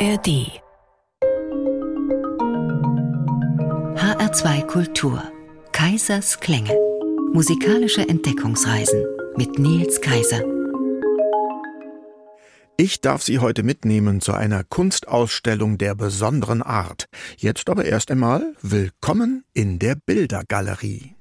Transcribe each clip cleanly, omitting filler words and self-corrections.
ARD HR2 Kultur Kaisers Klänge. Musikalische Entdeckungsreisen mit Nils Kaiser. Ich darf Sie heute mitnehmen zu einer Kunstausstellung der besonderen Art. Jetzt aber erst einmal willkommen in der Bildergalerie.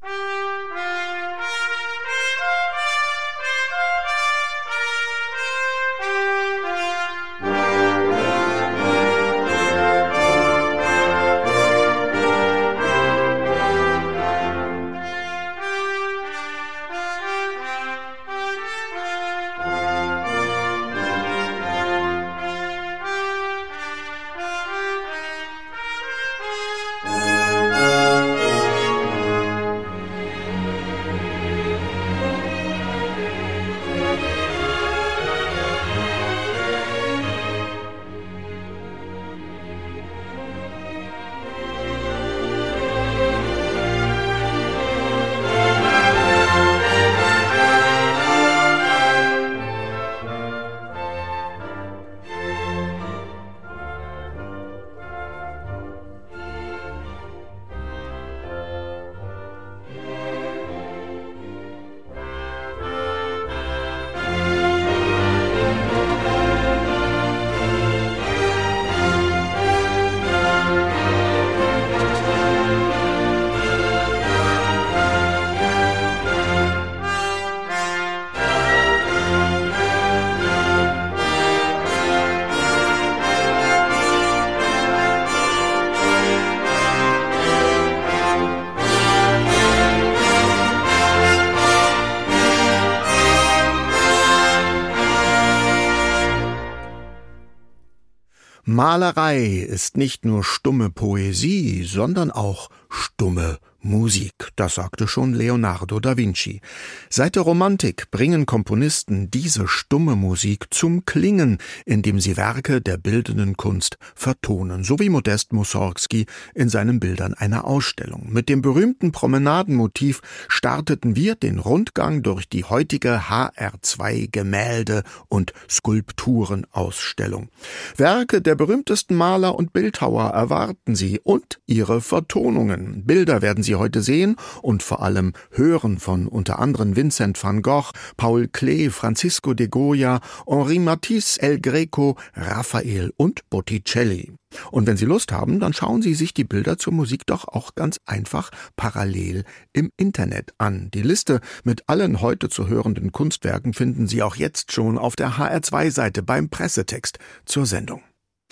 Malerei ist nicht nur stumme Poesie, sondern auch stumme Musik, das sagte schon Leonardo da Vinci. Seit der Romantik bringen Komponisten diese stumme Musik zum Klingen, indem sie Werke der bildenden Kunst vertonen, so wie Modest Mussorgsky in seinen Bildern einer Ausstellung. Mit dem berühmten Promenadenmotiv starteten wir den Rundgang durch die heutige HR2 Gemälde- und Skulpturenausstellung. Werke der berühmtesten Maler und Bildhauer erwarten Sie und ihre Vertonungen. Bilder werden Sie heute sehen und vor allem hören von unter anderem Vincent van Gogh, Paul Klee, Francisco de Goya, Henri Matisse, El Greco, Raphael und Botticelli. Und wenn Sie Lust haben, dann schauen Sie sich die Bilder zur Musik doch auch ganz einfach parallel im Internet an. Die Liste mit allen heute zu hörenden Kunstwerken finden Sie auch jetzt schon auf der HR2-Seite beim Pressetext zur Sendung.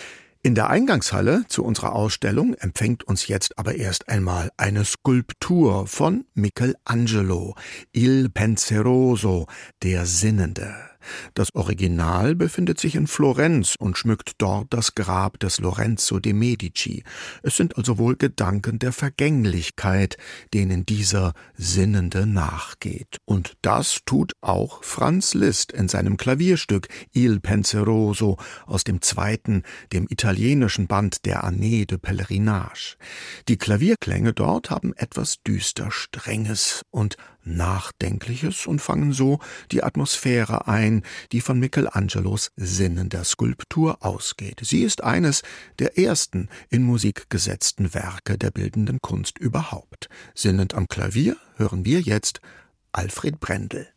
In der Eingangshalle zu unserer Ausstellung empfängt uns jetzt aber erst einmal eine Skulptur von Michelangelo, Il Penseroso, der Sinnende. Das Original befindet sich in Florenz und schmückt dort das Grab des Lorenzo de Medici. Es sind also wohl Gedanken der Vergänglichkeit, denen dieser Sinnende nachgeht. Und das tut auch Franz Liszt in seinem Klavierstück Il Penseroso aus dem zweiten, dem italienischen Band der Année de Pèlerinage. Die Klavierklänge dort haben etwas düster Strenges und Nachdenkliches und fangen so die Atmosphäre ein, die von Michelangelos sinnender Skulptur ausgeht. Sie ist eines der ersten in Musik gesetzten Werke der bildenden Kunst überhaupt. Sinnend am Klavier hören wir jetzt Alfred Brendel.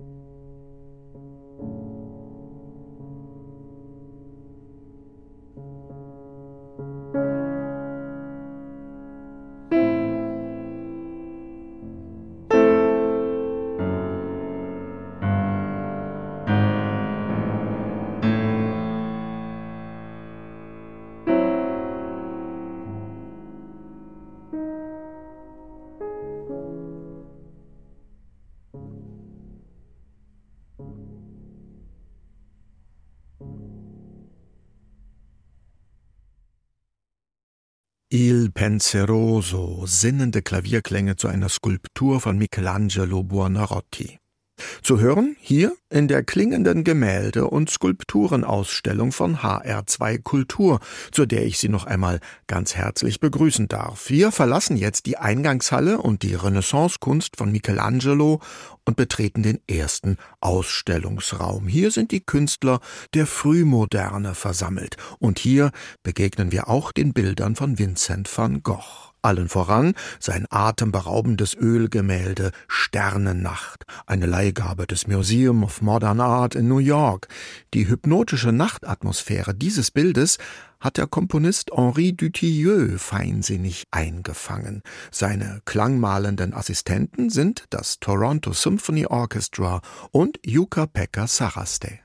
Il Penseroso, sinnende Klavierklänge zu einer Skulptur von Michelangelo Buonarroti. Zu hören hier in der klingenden Gemälde- und Skulpturenausstellung von HR2 Kultur, zu der ich Sie noch einmal ganz herzlich begrüßen darf. Wir verlassen jetzt die Eingangshalle und die Renaissancekunst von Michelangelo und betreten den ersten Ausstellungsraum. Hier sind die Künstler der Frühmoderne versammelt und hier begegnen wir auch den Bildern von Vincent van Gogh. Allen voran sein atemberaubendes Ölgemälde Sternennacht, eine Leihgabe des Museum of Modern Art in New York. Die hypnotische Nachtatmosphäre dieses Bildes hat der Komponist Henri Dutilleux feinsinnig eingefangen. Seine klangmalenden Assistenten sind das Toronto Symphony Orchestra und Jukka-Pekka Saraste.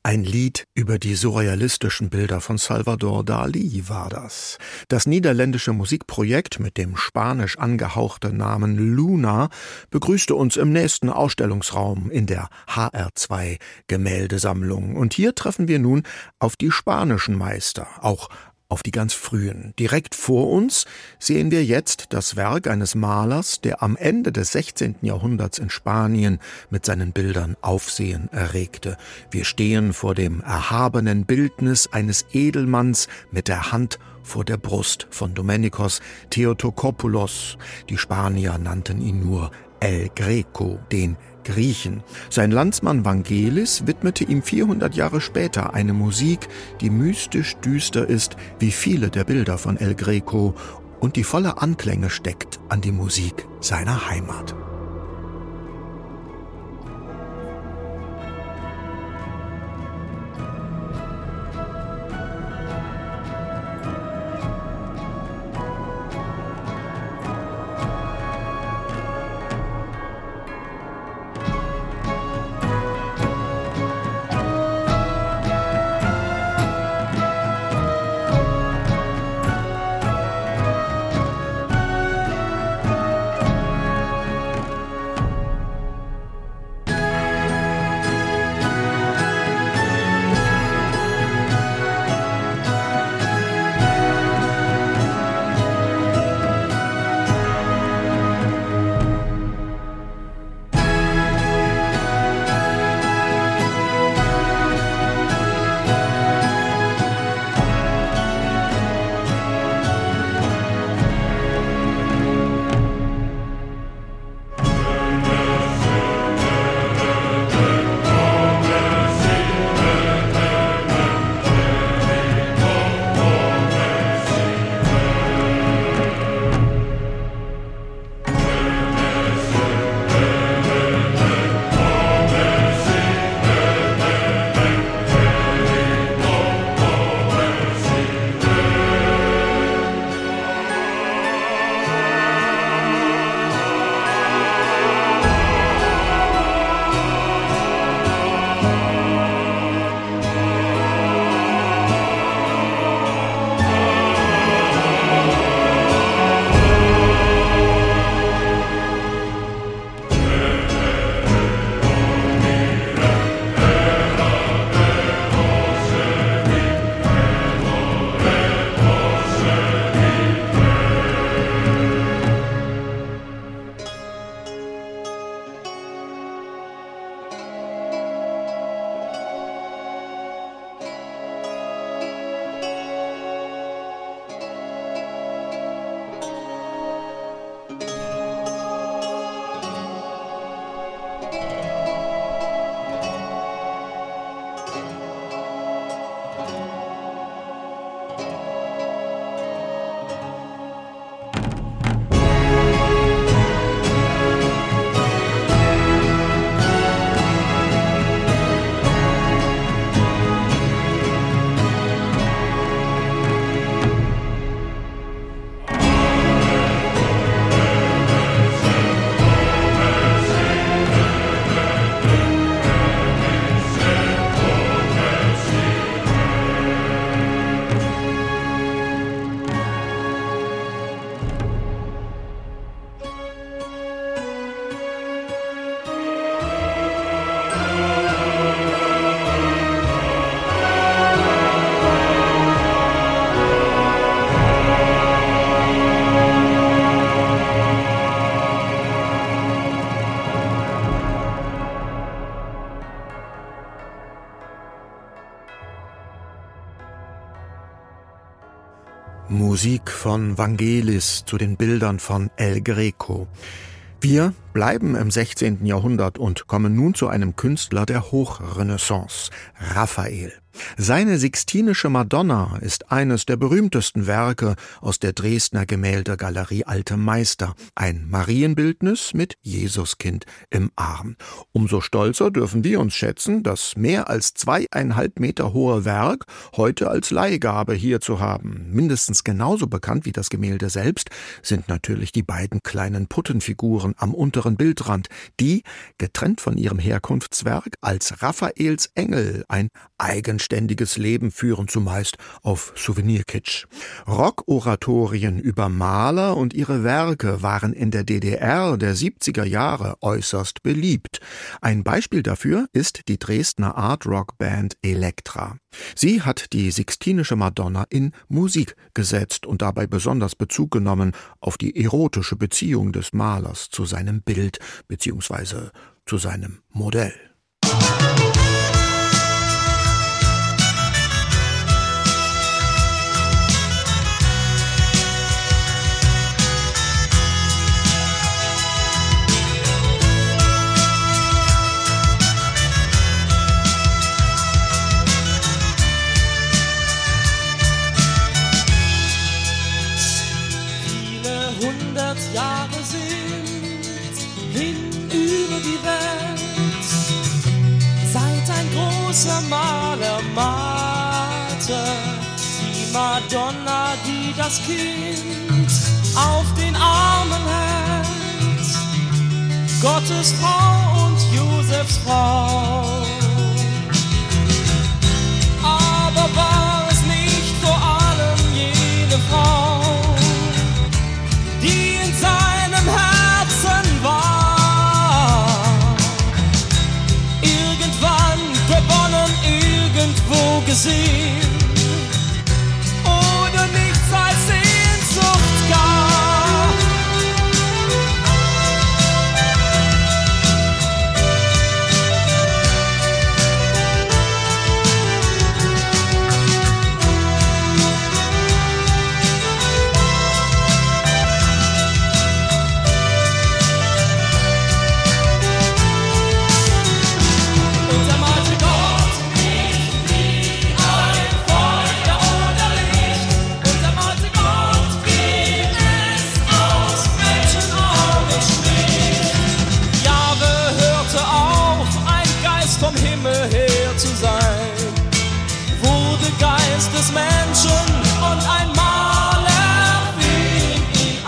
Ein Lied über die surrealistischen Bilder von Salvador Dalí war das. Das niederländische Musikprojekt mit dem spanisch angehauchten Namen Luna begrüßte uns im nächsten Ausstellungsraum in der HR2 Gemäldesammlung. Und hier treffen wir nun auf die spanischen Meister, auch auf die ganz frühen. Direkt vor uns sehen wir jetzt das Werk eines Malers, der am Ende des 16. Jahrhunderts in Spanien mit seinen Bildern Aufsehen erregte. Wir stehen vor dem erhabenen Bildnis eines Edelmanns mit der Hand vor der Brust von Domenikos Theotokopoulos. Die Spanier nannten ihn nur El Greco, den Griechen. Sein Landsmann Vangelis widmete ihm 400 Jahre später eine Musik, die mystisch düster ist wie viele der Bilder von El Greco und die voller Anklänge steckt an die Musik seiner Heimat. Musik von Vangelis zu den Bildern von El Greco. Wir bleiben im 16. Jahrhundert und kommen nun zu einem Künstler der Hochrenaissance, Raphael. Seine Sixtinische Madonna ist eines der berühmtesten Werke aus der Dresdner Gemäldegalerie Alte Meister, ein Marienbildnis mit Jesuskind im Arm. Umso stolzer dürfen wir uns schätzen, das mehr als 2,5 Meter hohe Werk heute als Leihgabe hier zu haben. Mindestens genauso bekannt wie das Gemälde selbst sind natürlich die beiden kleinen Puttenfiguren am unteren Bildrand, die, getrennt von ihrem Herkunftswerk, als Raffaels Engel ein eigenständiges Leben führen, zumeist auf Souvenirkitsch. Rockoratorien über Maler und ihre Werke waren in der DDR der 70er Jahre äußerst beliebt. Ein Beispiel dafür ist die Dresdner Art-Rock-Band Elektra. Sie hat die Sixtinische Madonna in Musik gesetzt und dabei besonders Bezug genommen auf die erotische Beziehung des Malers zu seinem Bild bzw. zu seinem Modell. Jahre sind hinüber die Welt, seit ein großer Maler malte die Madonna, die das Kind auf den Armen hält, Gottes Frau und Josefs Frau. Aber war es nicht vor allem jene Frau, die in seinem Herzen war, irgendwann gewonnen, irgendwo gesehen, oder nichts als Sehnsucht gar. Vom Himmel her zu sein, wurde Geist des Menschen und ein Maler fing ihn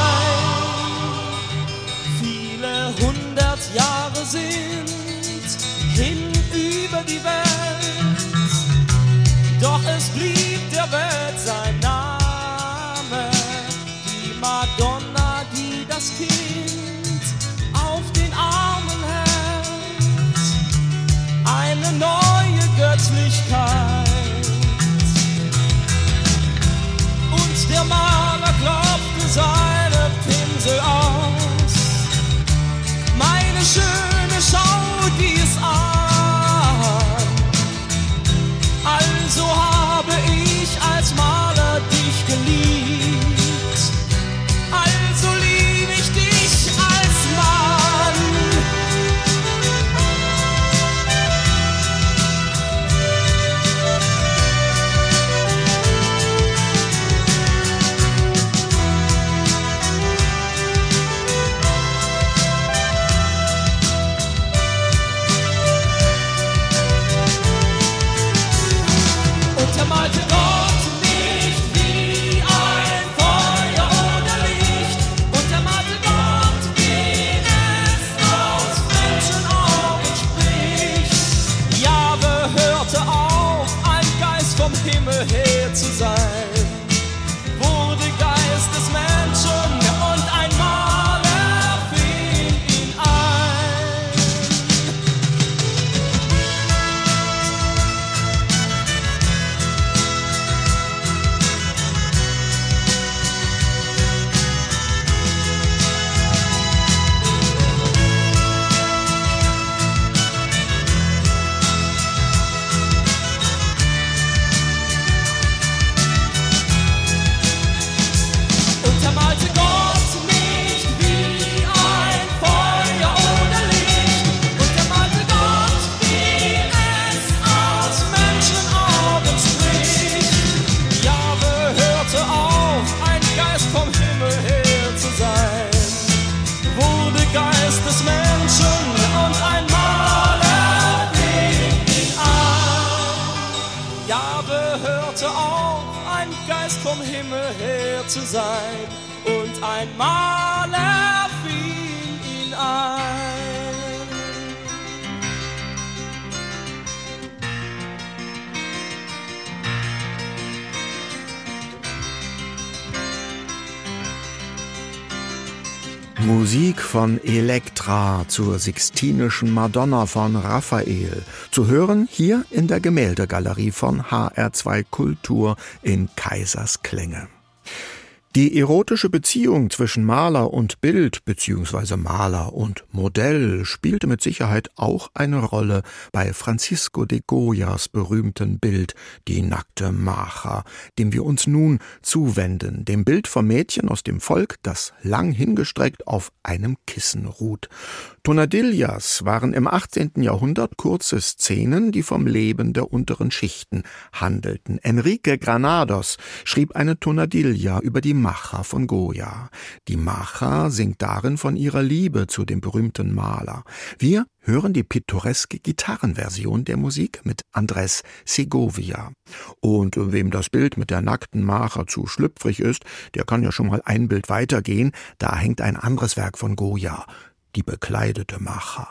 ein. Viele 100 Jahre sind hinüber die Welt, doch es blieb der Welt sein Name, die Madonna, die das Kind auf den Armen hält, eine neue Göttlichkeit. Und der Maler klopfte seine Pinsel aus. Meine Schöne, schau dies an. Also habe ich als Maler dich geliebt, also lieb ich dich als Mann. Himmel her zu sein, wurde Geist des Menschen und ein Maler fing ihn ein. Ja, hörte auf, ein Geist vom Himmel her zu sein, und ein Maler fiel ihn ein. Musik von Elektra zur Sixtinischen Madonna von Raphael. Zu hören hier in der Gemäldegalerie von HR2 Kultur in Kaisersklänge. Die erotische Beziehung zwischen Maler und Bild bzw. Maler und Modell spielte mit Sicherheit auch eine Rolle bei Francisco de Goyas berühmten Bild Die nackte Macha, dem wir uns nun zuwenden, dem Bild vom Mädchen aus dem Volk, das lang hingestreckt auf einem Kissen ruht. Tonadillas waren im 18. Jahrhundert kurze Szenen, die vom Leben der unteren Schichten handelten. Enrique Granados schrieb eine Tonadilla über die Macha von Goya. Die Macha singt darin von ihrer Liebe zu dem berühmten Maler. Wir hören die pittoreske Gitarrenversion der Musik mit Andrés Segovia. Und wem das Bild mit der nackten Macha zu schlüpfrig ist, der kann ja schon mal ein Bild weitergehen. Da hängt ein anderes Werk von Goya, Die bekleidete Macha.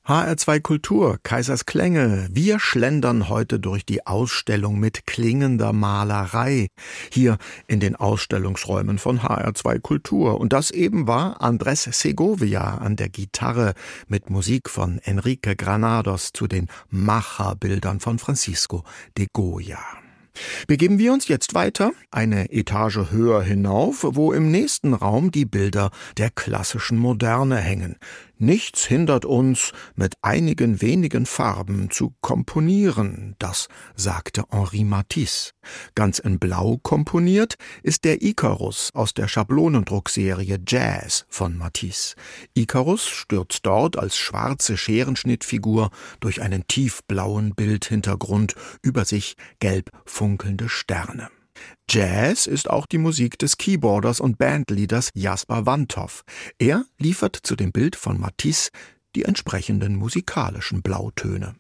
HR2 Kultur, Kaisers Klänge. Wir schlendern heute durch die Ausstellung mit klingender Malerei. Hier in den Ausstellungsräumen von HR2 Kultur. Und das eben war Andrés Segovia an der Gitarre mit Musik von Enrique Granados zu den Macha-Bildern von Francisco de Goya. Begeben wir uns jetzt weiter, eine Etage höher hinauf, wo im nächsten Raum die Bilder der klassischen Moderne hängen. Nichts hindert uns, mit einigen wenigen Farben zu komponieren, das sagte Henri Matisse. Ganz in Blau komponiert ist der Ikarus aus der Schablonendruckserie Jazz von Matisse. Ikarus stürzt dort als schwarze Scherenschnittfigur durch einen tiefblauen Bildhintergrund, über sich gelb funkelnde Sterne. Jazz ist auch die Musik des Keyboarders und Bandleaders Jasper Vantoff. Er liefert zu dem Bild von Matisse die entsprechenden musikalischen Blautöne.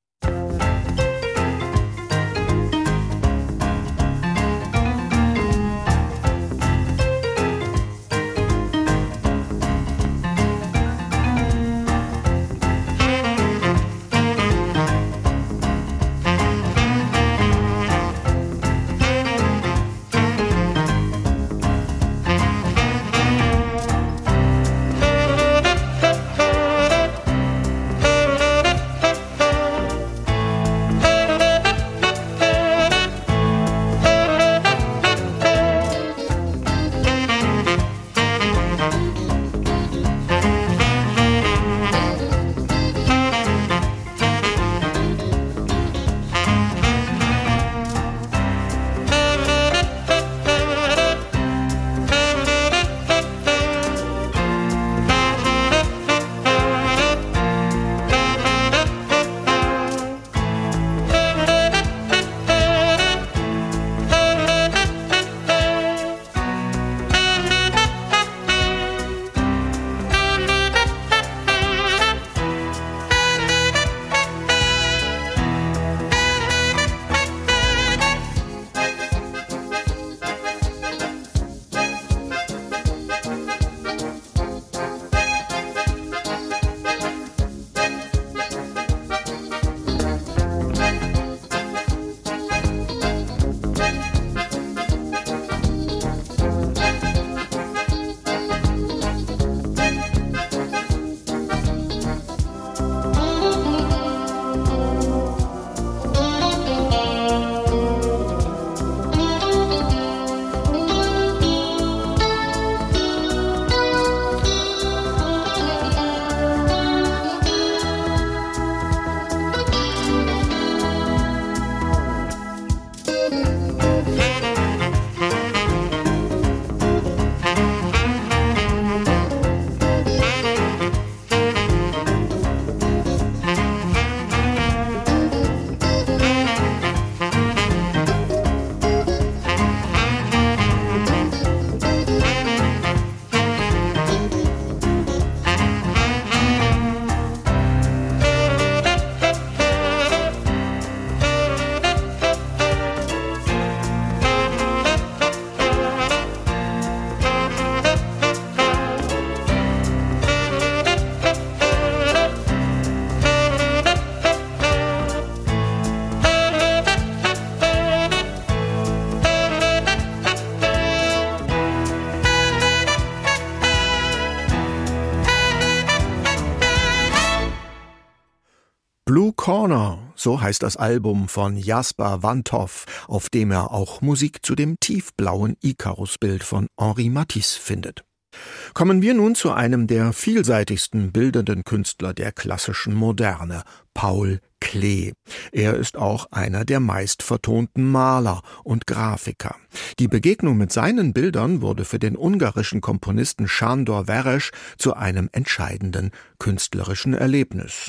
Blue Corner, so heißt das Album von Jasper Vantoff, auf dem er auch Musik zu dem tiefblauen Ikarus-Bild von Henri Matisse findet. Kommen wir nun zu einem der vielseitigsten bildenden Künstler der klassischen Moderne, Paul Klee. Er ist auch einer der meist vertonten Maler und Grafiker. Die Begegnung mit seinen Bildern wurde für den ungarischen Komponisten Sándor Veres zu einem entscheidenden künstlerischen Erlebnis.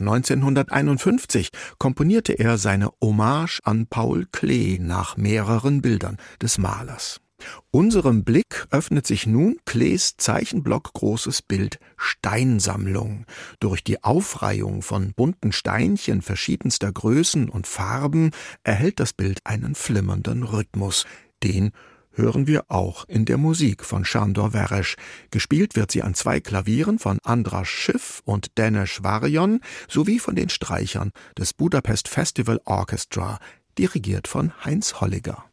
1951 komponierte er seine Hommage an Paul Klee nach mehreren Bildern des Malers. Unserem Blick öffnet sich nun Klees zeichenblockgroßes Bild Steinsammlung. Durch die Aufreihung von bunten Steinchen verschiedenster Größen und Farben erhält das Bild einen flimmernden Rhythmus. Den hören wir auch in der Musik von Sándor Veres. Gespielt wird sie an 2 Klavieren von András Schiff und Dénes Varion sowie von den Streichern des Budapest Festival Orchestra, dirigiert von Heinz Holliger.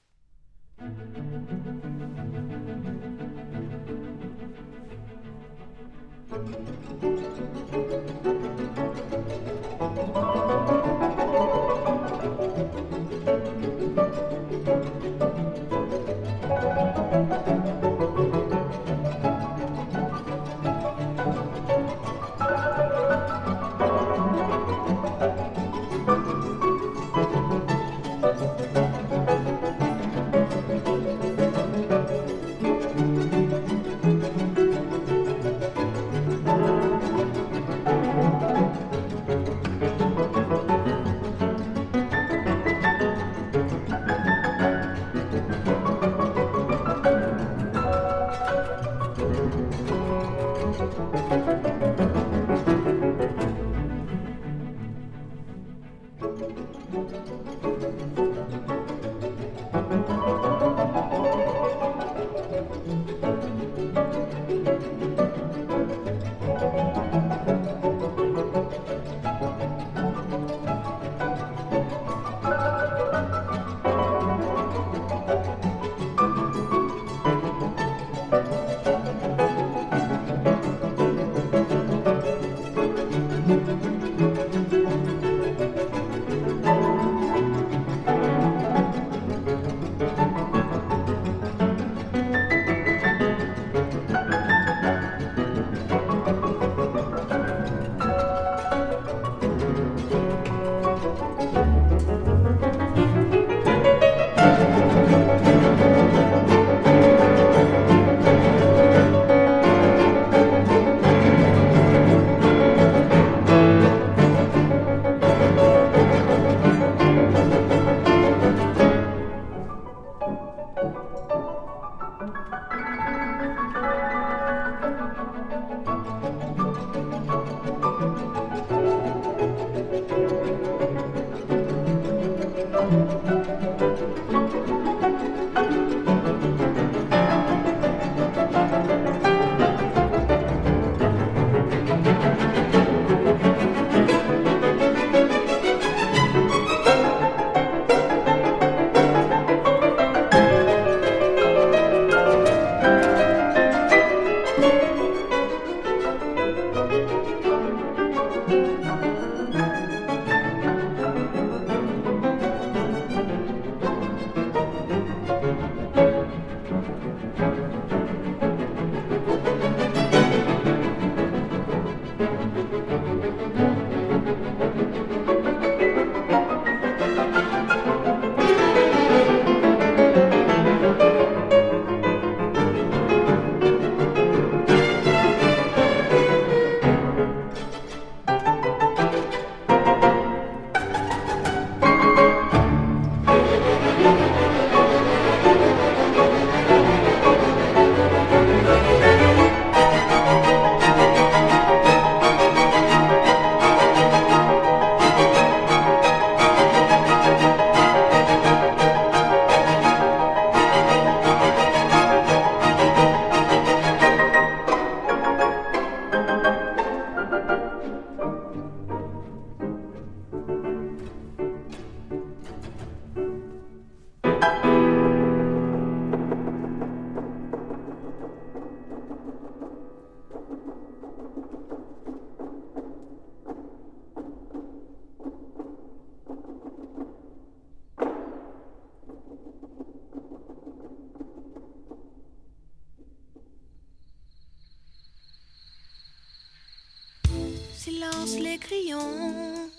Silence les crayons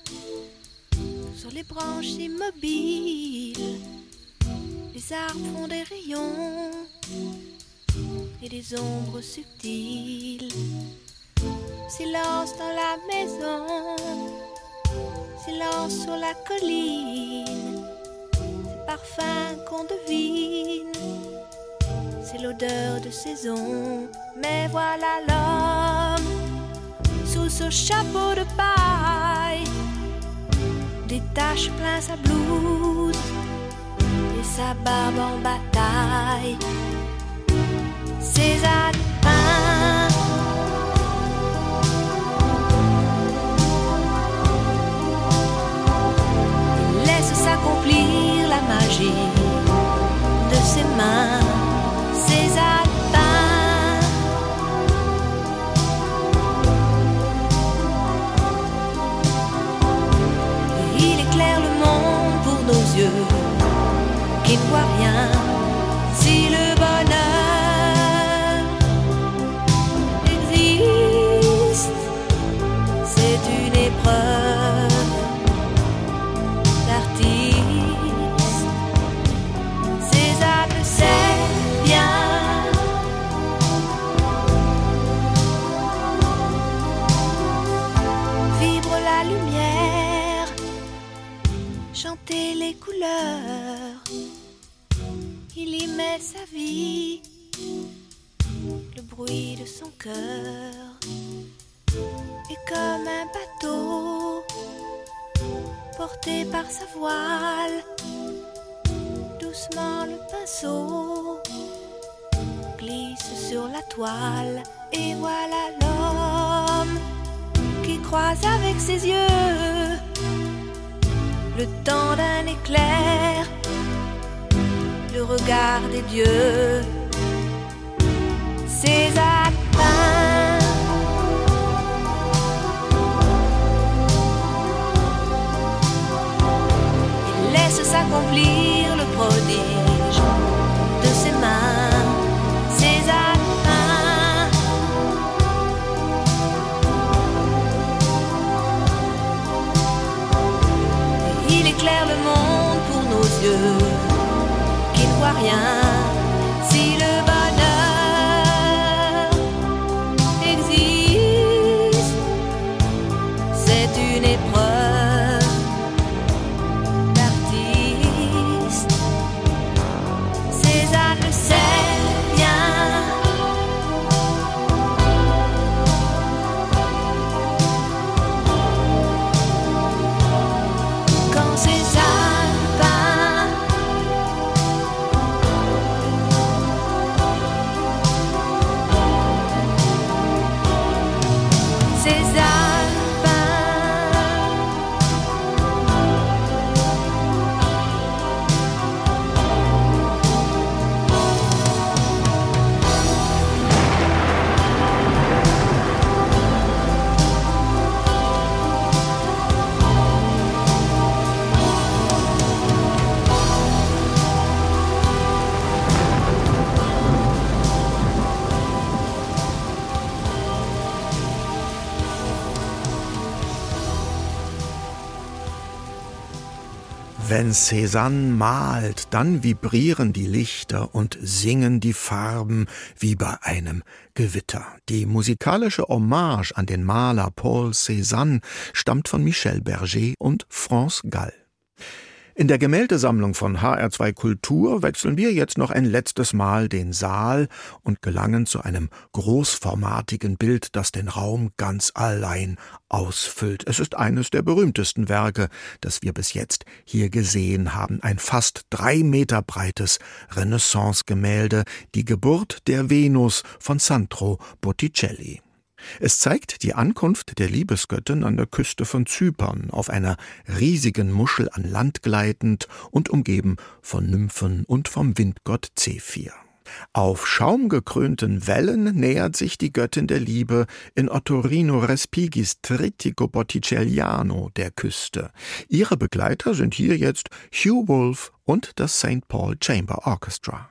sur les branches immobiles. Les arbres font des rayons et des ombres subtiles. Silence dans la maison, silence sur la colline. C'est parfum qu'on devine, c'est l'odeur de saison. Mais voilà l'homme sous ce chapeau de paille, détache plein sa blouse et sa barbe en bataille. Cézanne peint laisse s'accomplir la magie de ses mains. Cézanne peint il éclaire le monde pour nos yeux qui ne voient rien. Si le bonheur existe, c'est une épreuve d'artiste. Cézanne le sait bien. Vibre la lumière, chanter les couleurs. Il y met sa vie, le bruit de son cœur. Et comme un bateau porté par sa voile, doucement le pinceau glisse sur la toile. Et voilà l'homme qui croise avec ses yeux le temps d'un éclair, le regard des dieux. Cézanne peint il laisse s'accomplir le prodige de ses mains. Cézanne peint il éclaire le monde pour nos yeux qui ne voient rien. Si le bonheur existe, c'est une épreuve d'artiste. Cézanne le sait bien. Quand Cézanne peint, Cézanne peint, Wenn Cézanne malt, dann vibrieren die Lichter und singen die Farben wie bei einem Gewitter. Die musikalische Hommage an den Maler Paul Cézanne stammt von Michel Berger und France Gall. In der Gemäldesammlung von HR2 Kultur wechseln wir jetzt noch ein letztes Mal den Saal und gelangen zu einem großformatigen Bild, das den Raum ganz allein ausfüllt. Es ist eines der berühmtesten Werke, das wir bis jetzt hier gesehen haben. Ein fast 3 Meter breites Renaissance-Gemälde, die Geburt der Venus von Sandro Botticelli. Es zeigt die Ankunft der Liebesgöttin an der Küste von Zypern, auf einer riesigen Muschel an Land gleitend und umgeben von Nymphen und vom Windgott Zephyr. Auf schaumgekrönten Wellen nähert sich die Göttin der Liebe in Ottorino Respighi's Trittico Botticelliano der Küste. Ihre Begleiter sind hier jetzt Hugh Wolf und das St. Paul Chamber Orchestra.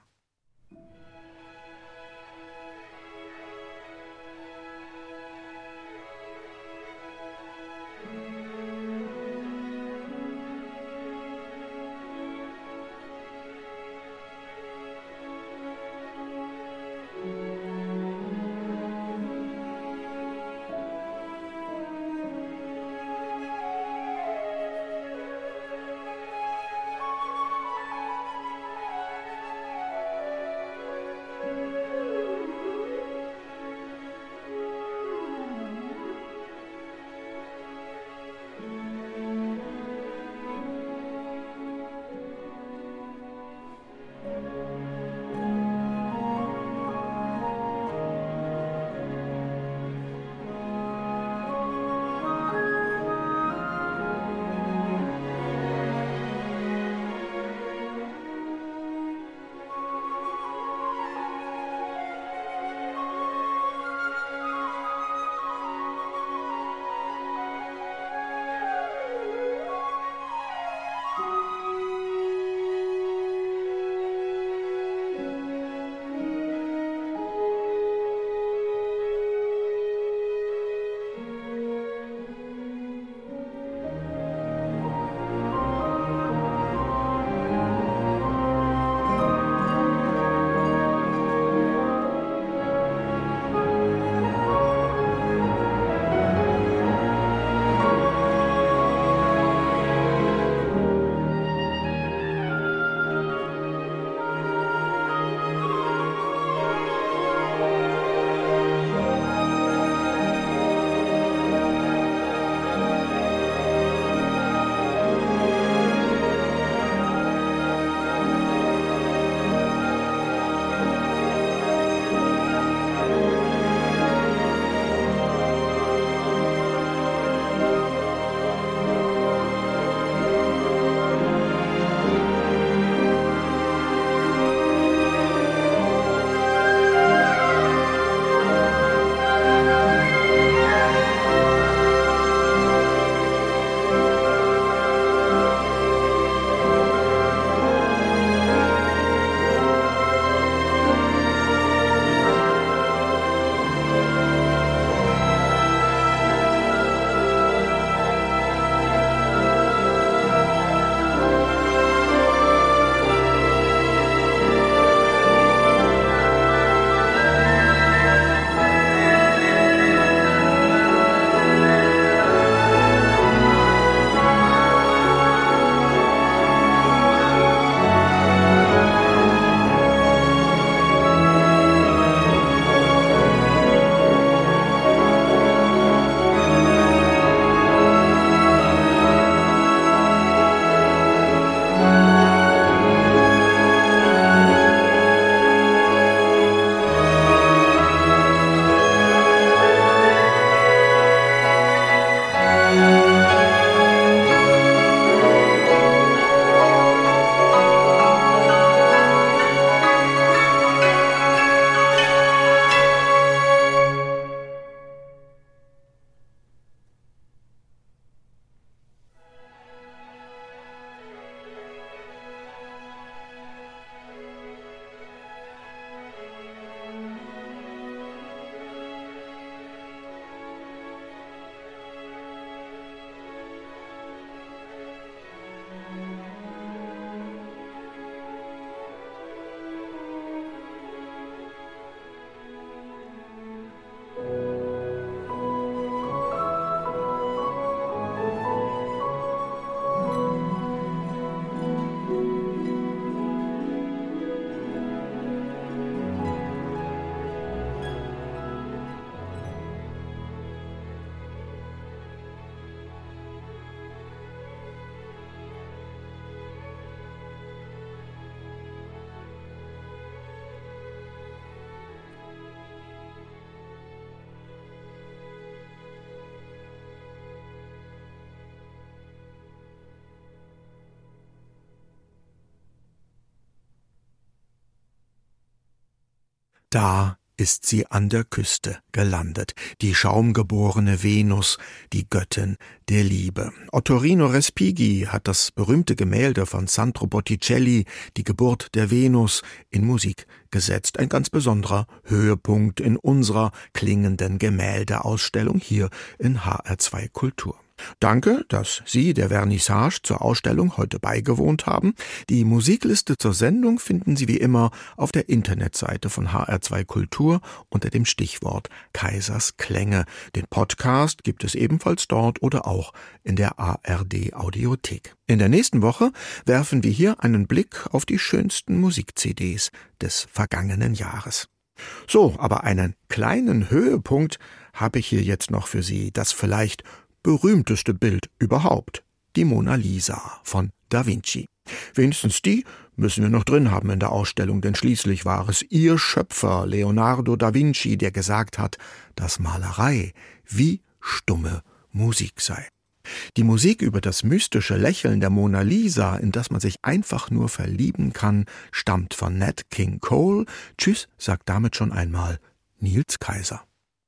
Da ist sie an der Küste gelandet, die schaumgeborene Venus, die Göttin der Liebe. Ottorino Respighi hat das berühmte Gemälde von Sandro Botticelli, die Geburt der Venus, in Musik gesetzt. Ein ganz besonderer Höhepunkt in unserer klingenden Gemäldeausstellung hier in HR2 Kultur. Danke, dass Sie der Vernissage zur Ausstellung heute beigewohnt haben. Die Musikliste zur Sendung finden Sie wie immer auf der Internetseite von HR2 Kultur unter dem Stichwort Kaisers Klänge. Den Podcast gibt es ebenfalls dort oder auch in der ARD Audiothek. In der nächsten Woche werfen wir hier einen Blick auf die schönsten Musik-CDs des vergangenen Jahres. So, aber einen kleinen Höhepunkt habe ich hier jetzt noch für Sie, das vielleicht berühmteste Bild überhaupt, die Mona Lisa von Da Vinci. Wenigstens die müssen wir noch drin haben in der Ausstellung, denn schließlich war es ihr Schöpfer Leonardo da Vinci, der gesagt hat, dass Malerei wie stumme Musik sei. Die Musik über das mystische Lächeln der Mona Lisa, in das man sich einfach nur verlieben kann, stammt von Nat King Cole. Tschüss, sagt damit schon einmal Nils Kaiser.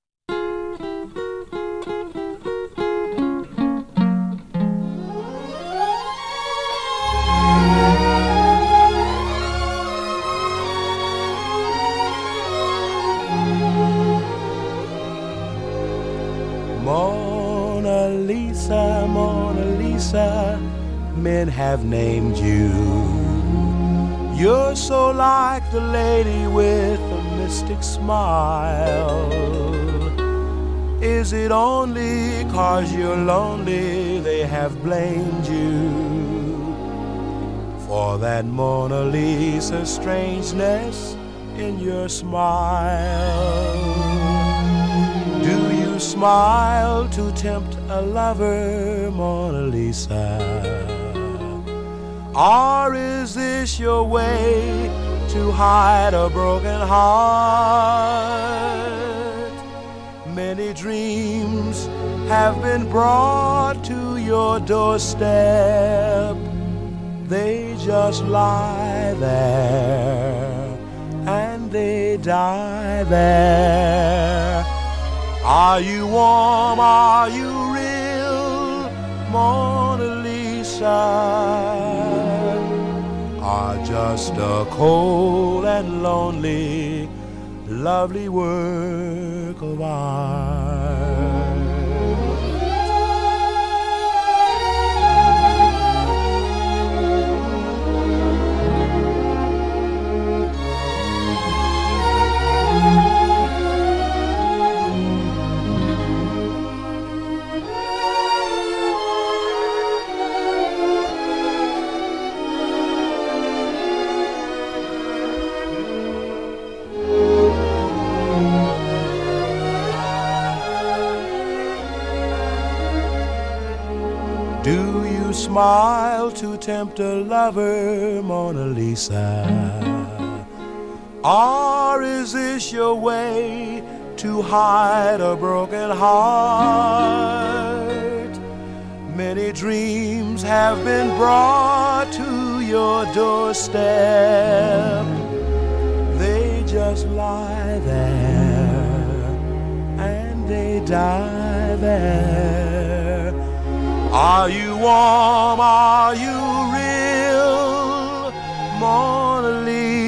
Mona Lisa, men have named you. You're so like the lady with a mystic smile. Is it only 'cause you're lonely they have blamed you for that Mona Lisa strangeness in your smile? Do you smile to tempt a lover, Mona Lisa? Or is this your way to hide a broken heart? Many dreams have been brought to your doorstep. They just lie there and they die there. Are you warm, are you real, Mona Lisa? Or just a cold and lonely, lovely work of art? Do you smile to tempt a lover, Mona Lisa? Or is this your way to hide a broken heart? Many dreams have been brought to your doorstep. They just lie there and they die there. Are you warm, are you real, Mona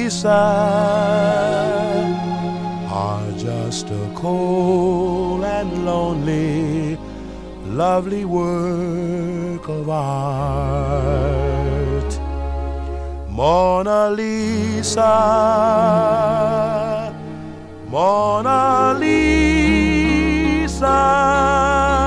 Lisa? Or just a cold and lonely, lovely work of art? Mona Lisa, Mona Lisa.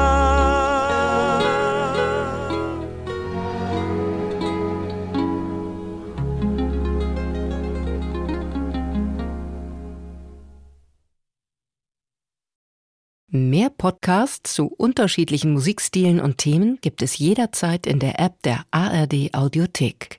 Mehr Podcasts zu unterschiedlichen Musikstilen und Themen gibt es jederzeit in der App der ARD Audiothek.